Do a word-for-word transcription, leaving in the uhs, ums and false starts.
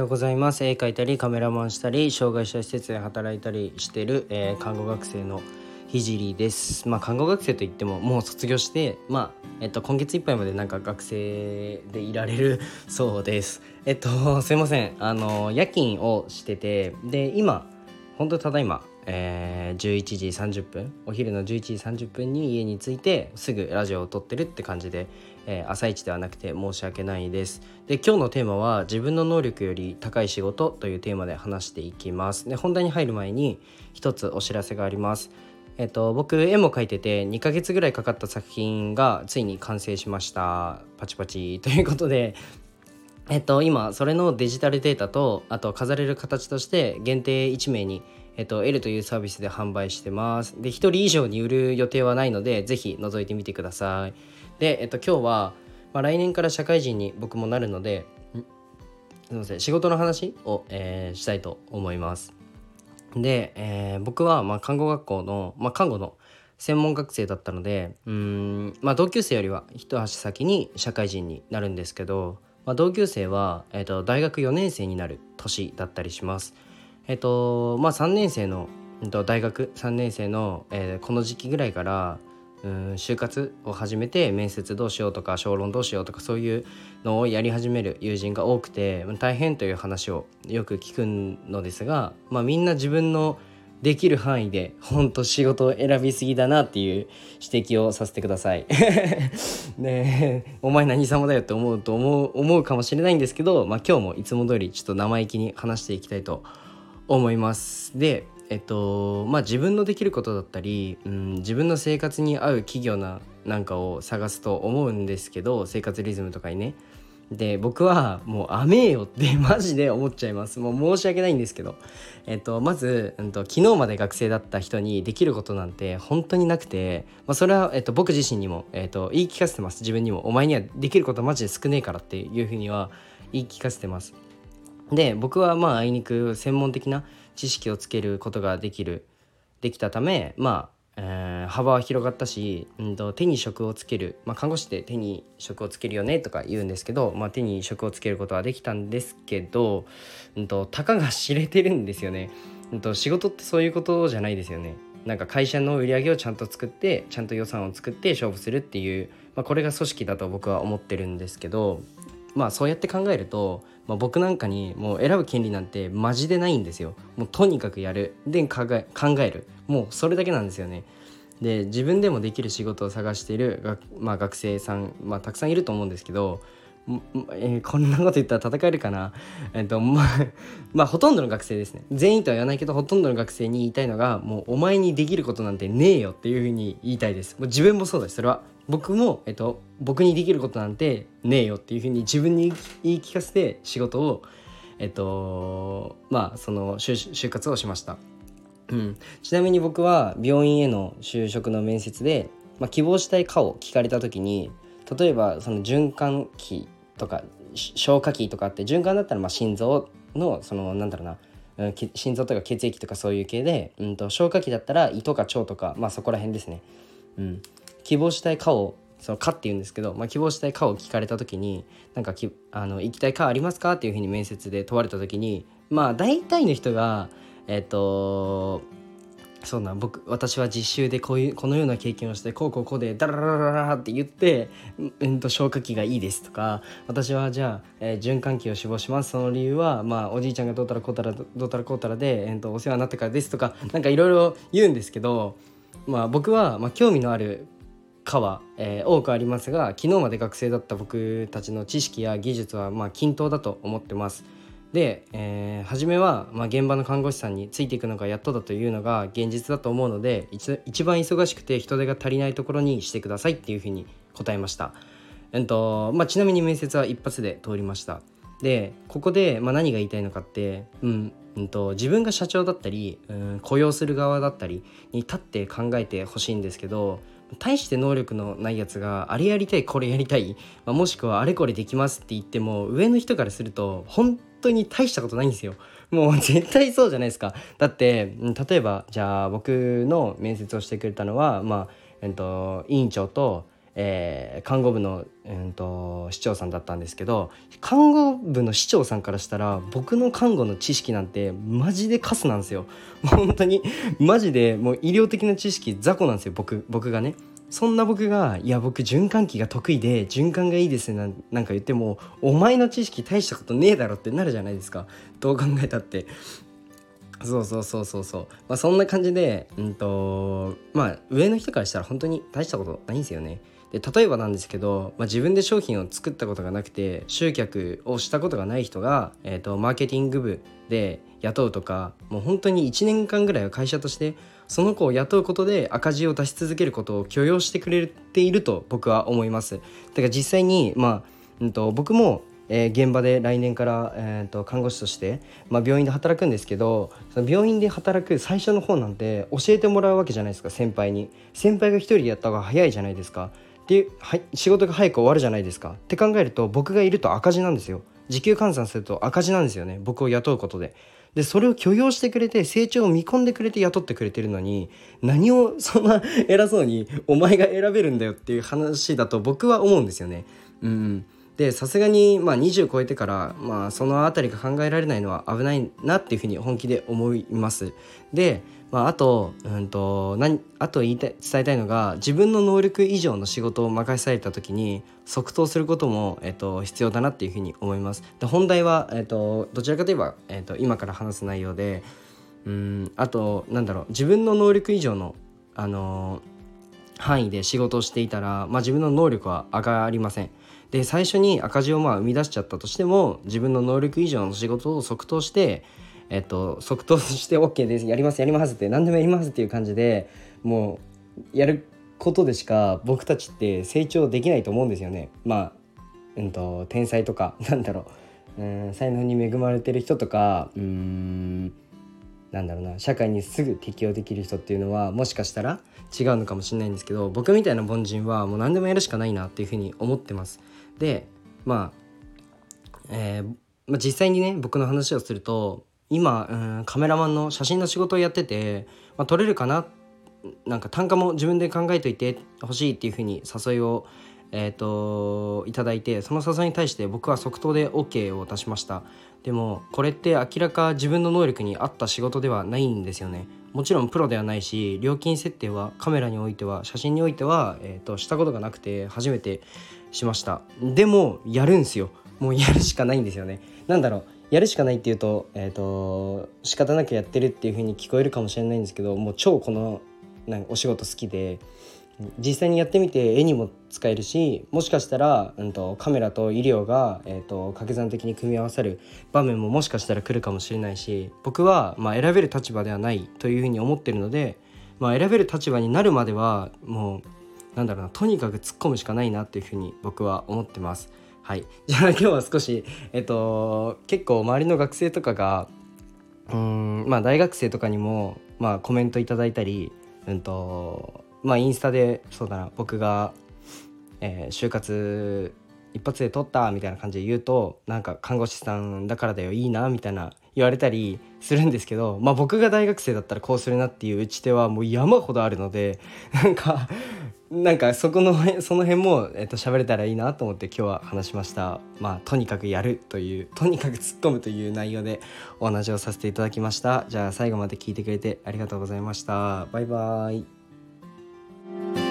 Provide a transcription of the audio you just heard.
うございます。絵描いたりカメラマンしたり障害者施設で働いたりしている、えー、看護学生のひじりです。まあ看護学生といってももう卒業して、まあえっと、今月いっぱいまでなんか学生でいられるそうです。えっとすいません、あの夜勤をしてて、で今本当ただいま、えー、じゅういちじさんじゅっぷん、お昼のじゅういちじさんじゅっぷんに家に着いてすぐラジオを撮ってるって感じで、えー、朝一ではなくて申し訳ないです。で今日のテーマは自分の能力より高い仕事というテーマで話していきます。で本題に入る前に一つお知らせがあります。えっと、僕絵も描いててにかげつぐらいかかった作品がついに完成しました。パチパチということで、えっと、今それのデジタルデータとあと飾れる形として限定いち名に、えっと、L というサービスで販売してます。でひとり以上に売る予定はないのでぜひ覗いてみてください。で、えっと、今日は、まあ、来年から社会人に僕もなるのですいません仕事の話を、えーしたいと思います。で、えー僕はまあ看護学校の、まあ、看護の専門学生だったのでうーん、まあ、同級生よりは一足先に社会人になるんですけど、まあ、同級生は、えーと、大学よねん生になる年だったりします。えっ、とまあさんねん生の、えーと大学さんねん生の、えーこの時期ぐらいからうん就活を始めて面接どうしようとか小論どうしようとかそういうのをやり始める友人が多くて大変という話をよく聞くのですが、まあ、みんな自分のできる範囲で本当仕事を選びすぎだなっていう指摘をさせてくださいね、お前何様だよって思うと思う思うかもしれないんですけど、まあ、今日もいつも通りちょっと生意気に話していきたいと思います。でえっとまあ自分のできることだったり、うん、自分の生活に合う企業ななんかを探すと思うんですけど、生活リズムとかにね。で僕はもう甘えよってマジで思っちゃいます。もう申し訳ないんですけど、えっとまず、うん、と昨日まで学生だった人にできることなんて本当になくて、まあ、それは、えっと、僕自身にも、えっと、言い聞かせてます。自分にもお前にはできることマジで少ねえからっていうふうには言い聞かせてます。で僕はまああいにく専門的な知識をつけることができるできたため、まあえー幅は広がったし、うんと、手に職をつける、まあ、看護師って手に職をつけるよねとか言うんですけど、まあ、手に職をつけることはできたんですけど、うんと、たかが知れてるんですよね。うんと、仕事ってそういうことじゃないですよね。なんか会社の売り上げをちゃんと作ってちゃんと予算を作って勝負するっていう、まあ、これが組織だと僕は思ってるんですけど、まあそうやって考えると、まあ、僕なんかにもう選ぶ権利なんてマジでないんですよ。もうとにかくやるで考え、考える、もうそれだけなんですよね。で自分でもできる仕事を探している学、まあ、学生さん、まあ、たくさんいると思うんですけど、えー、こんなこと言ったら叩かれるかな。えっとまあ、まあほとんどの学生ですね、全員とは言わないけどほとんどの学生に言いたいのが、もうお前にできることなんてねえよっていうふうに言いたいです。もう自分もそうです。それは僕も、えっと、僕にできることなんてねえよっていうふうに自分に言い聞かせて仕事を、えっとまあその就就活をしました。うん、ちなみに僕は病院への就職の面接で、まあ、希望したい科を聞かれた時に、例えばその循環器とか消化器とかって、循環だったらまあ心臓のそのなんだろうな、うん、心臓とか血液とかそういう系で、うん、と消化器だったら胃とか腸とか、まあそこら辺ですね。うん、希望したい科を、その科って言うんですけど、まあ、希望したい科を聞かれた時に、なんかきあの行きたい科ありますかっていうふうに面接で問われた時に、まあ大体の人がえっとそうな僕私は実習でこういうこのような経験をしてこうこうこうでダラララララって言って、うん、と消化器がいいですとか、私はじゃあ、えー循環器を志望します、その理由は、まあ、おじいちゃんがどうたらこうたらどうたらこうたらで、えー、とお世話になってからですとか、なんかいろいろ言うんですけど、まあ、僕は、まあ、興味のある科は、えー多くありますが、昨日まで学生だった僕たちの知識や技術はまあ均等だと思ってます。で、えー初めは、まあ、現場の看護師さんについていくのがやっとだというのが現実だと思うので、一一番忙しくて人手が足りないところにしてくださいっていうふうに答えました。えっとまあ、ちなみに面接は一発で通りました。でここで、まあ、何が言いたいのかって、うんうんと、自分が社長だったり、うん、雇用する側だったりに立って考えてほしいんですけど、大して能力のないやつがあれやりたいこれやりたい、まあ、もしくはあれこれできますって言っても上の人からすると本当に大したことないんですよ。もう絶対そうじゃないですか。だって例えばじゃあ僕の面接をしてくれたのは、まあえっと、委員長とえー、看護部の、うんと、市長さんだったんですけど、看護部の市長さんからしたら僕の看護の知識なんてマジでカスなんですよ。本当にマジでもう医療的な知識雑魚なんですよ、僕僕がね。そんな僕がいや僕循環器が得意で循環がいいですななんか言っても、お前の知識大したことねえだろってなるじゃないですか、どう考えたって。そうそうそうそうそう、まあ、そんな感じで、うんとまあ、上の人からしたら本当に大したことないんですよね。で例えばなんですけど、まあ、自分で商品を作ったことがなくて集客をしたことがない人が、えーと、マーケティング部で雇うとか、もう本当にいちねんかんぐらいは会社としてその子を雇うことで赤字を出し続けることを許容してくれていると僕は思います。だから実際に、まあうんと、僕もえー、現場で来年から、えー、と看護師として、まあ、病院で働くんですけど、その病院で働く最初の方なんて教えてもらうわけじゃないですか。先輩に先輩が一人でやった方が早いじゃないですか。では仕事が早く終わるじゃないですかって考えると、僕がいると赤字なんですよ。時給換算すると赤字なんですよね、僕を雇うことで。でそれを許容してくれて成長を見込んでくれて雇ってくれてるのに、何をそんな偉そうにお前が選べるんだよっていう話だと僕は思うんですよね。うんでさすがに、まあ、にじゅう超えてから、まあ、そのあたりが考えられないのは危ないなっていうふうに本気で思います。で、まあ、あと、うんと、何あと言いたい伝えたいのが、自分の能力以上の仕事を任された時に即答することも、えっと、必要だなっていうふうに思います。で本題は、えっと、どちらかといえば、えっと、今から話す内容で、うんあとなんだろう自分の能力以上の、あのー、範囲で仕事をしていたら、まあ、自分の能力は上がりません。で最初に赤字をまあ生み出しちゃったとしても、自分の能力以上の仕事を即答して、えっと、即答して OK です、やりますやりますって何でもやりますっていう感じでもうやることでしか僕たちって成長できないと思うんですよね。まあ、うんと、天才とかなんだろう、うん才能に恵まれてる人とか、うーんなんだろうな社会にすぐ適応できる人っていうのはもしかしたら違うのかもしれないんですけど、僕みたいな凡人はもう何でもやるしかないなっていうふうに思ってます。でまあ、えーまあ、実際にね僕の話をすると、今、うん、カメラマンの写真の仕事をやってて、まあ、撮れるかな、なんか単価も自分で考えといてほしいっていうふうに誘いを、えー、といただいて、その誘いに対して僕は即答で OK を出しました。でもこれって明らか自分の能力に合った仕事ではないんですよね。もちろんプロではないし、料金設定はカメラにおいては写真においては、えー、としたことがなくて初めてしました。でもやるんすよ。もうやるしかないんですよね。なんだろうやるしかないっていうと、えー、と仕方なくやってるっていう風に聞こえるかもしれないんですけど、もう超このなんかお仕事好きで、実際にやってみて絵にも使えるし、もしかしたら、うん、とカメラと医療が、えー、と掛け算的に組み合わさる場面ももしかしたら来るかもしれないし、僕は、まあ、選べる立場ではないというふうに思ってるので、まあ、選べる立場になるまではもうなんだろうなとにかく突っ込むしかないなっていうふうに僕は思ってます。はい、じゃあ今日は少し、えっと、結構周りの学生とかがうーん、まあ、大学生とかにも、まあ、コメントいただいたり、うんとまあ、インスタでそうだな僕が、えー就活一発で取ったみたいな感じで言うと、なんか看護師さんだからだよいいなみたいな言われたりするんですけど、まあ、僕が大学生だったらこうするなっていう打ち手はもう山ほどあるので、なんかなんかそこのその辺も、えっと、喋れたらいいなと思って今日は話しました。まあとにかくやるというとにかく突っ込むという内容でお話をさせていただきました。じゃあ最後まで聞いてくれてありがとうございました。バイバイ。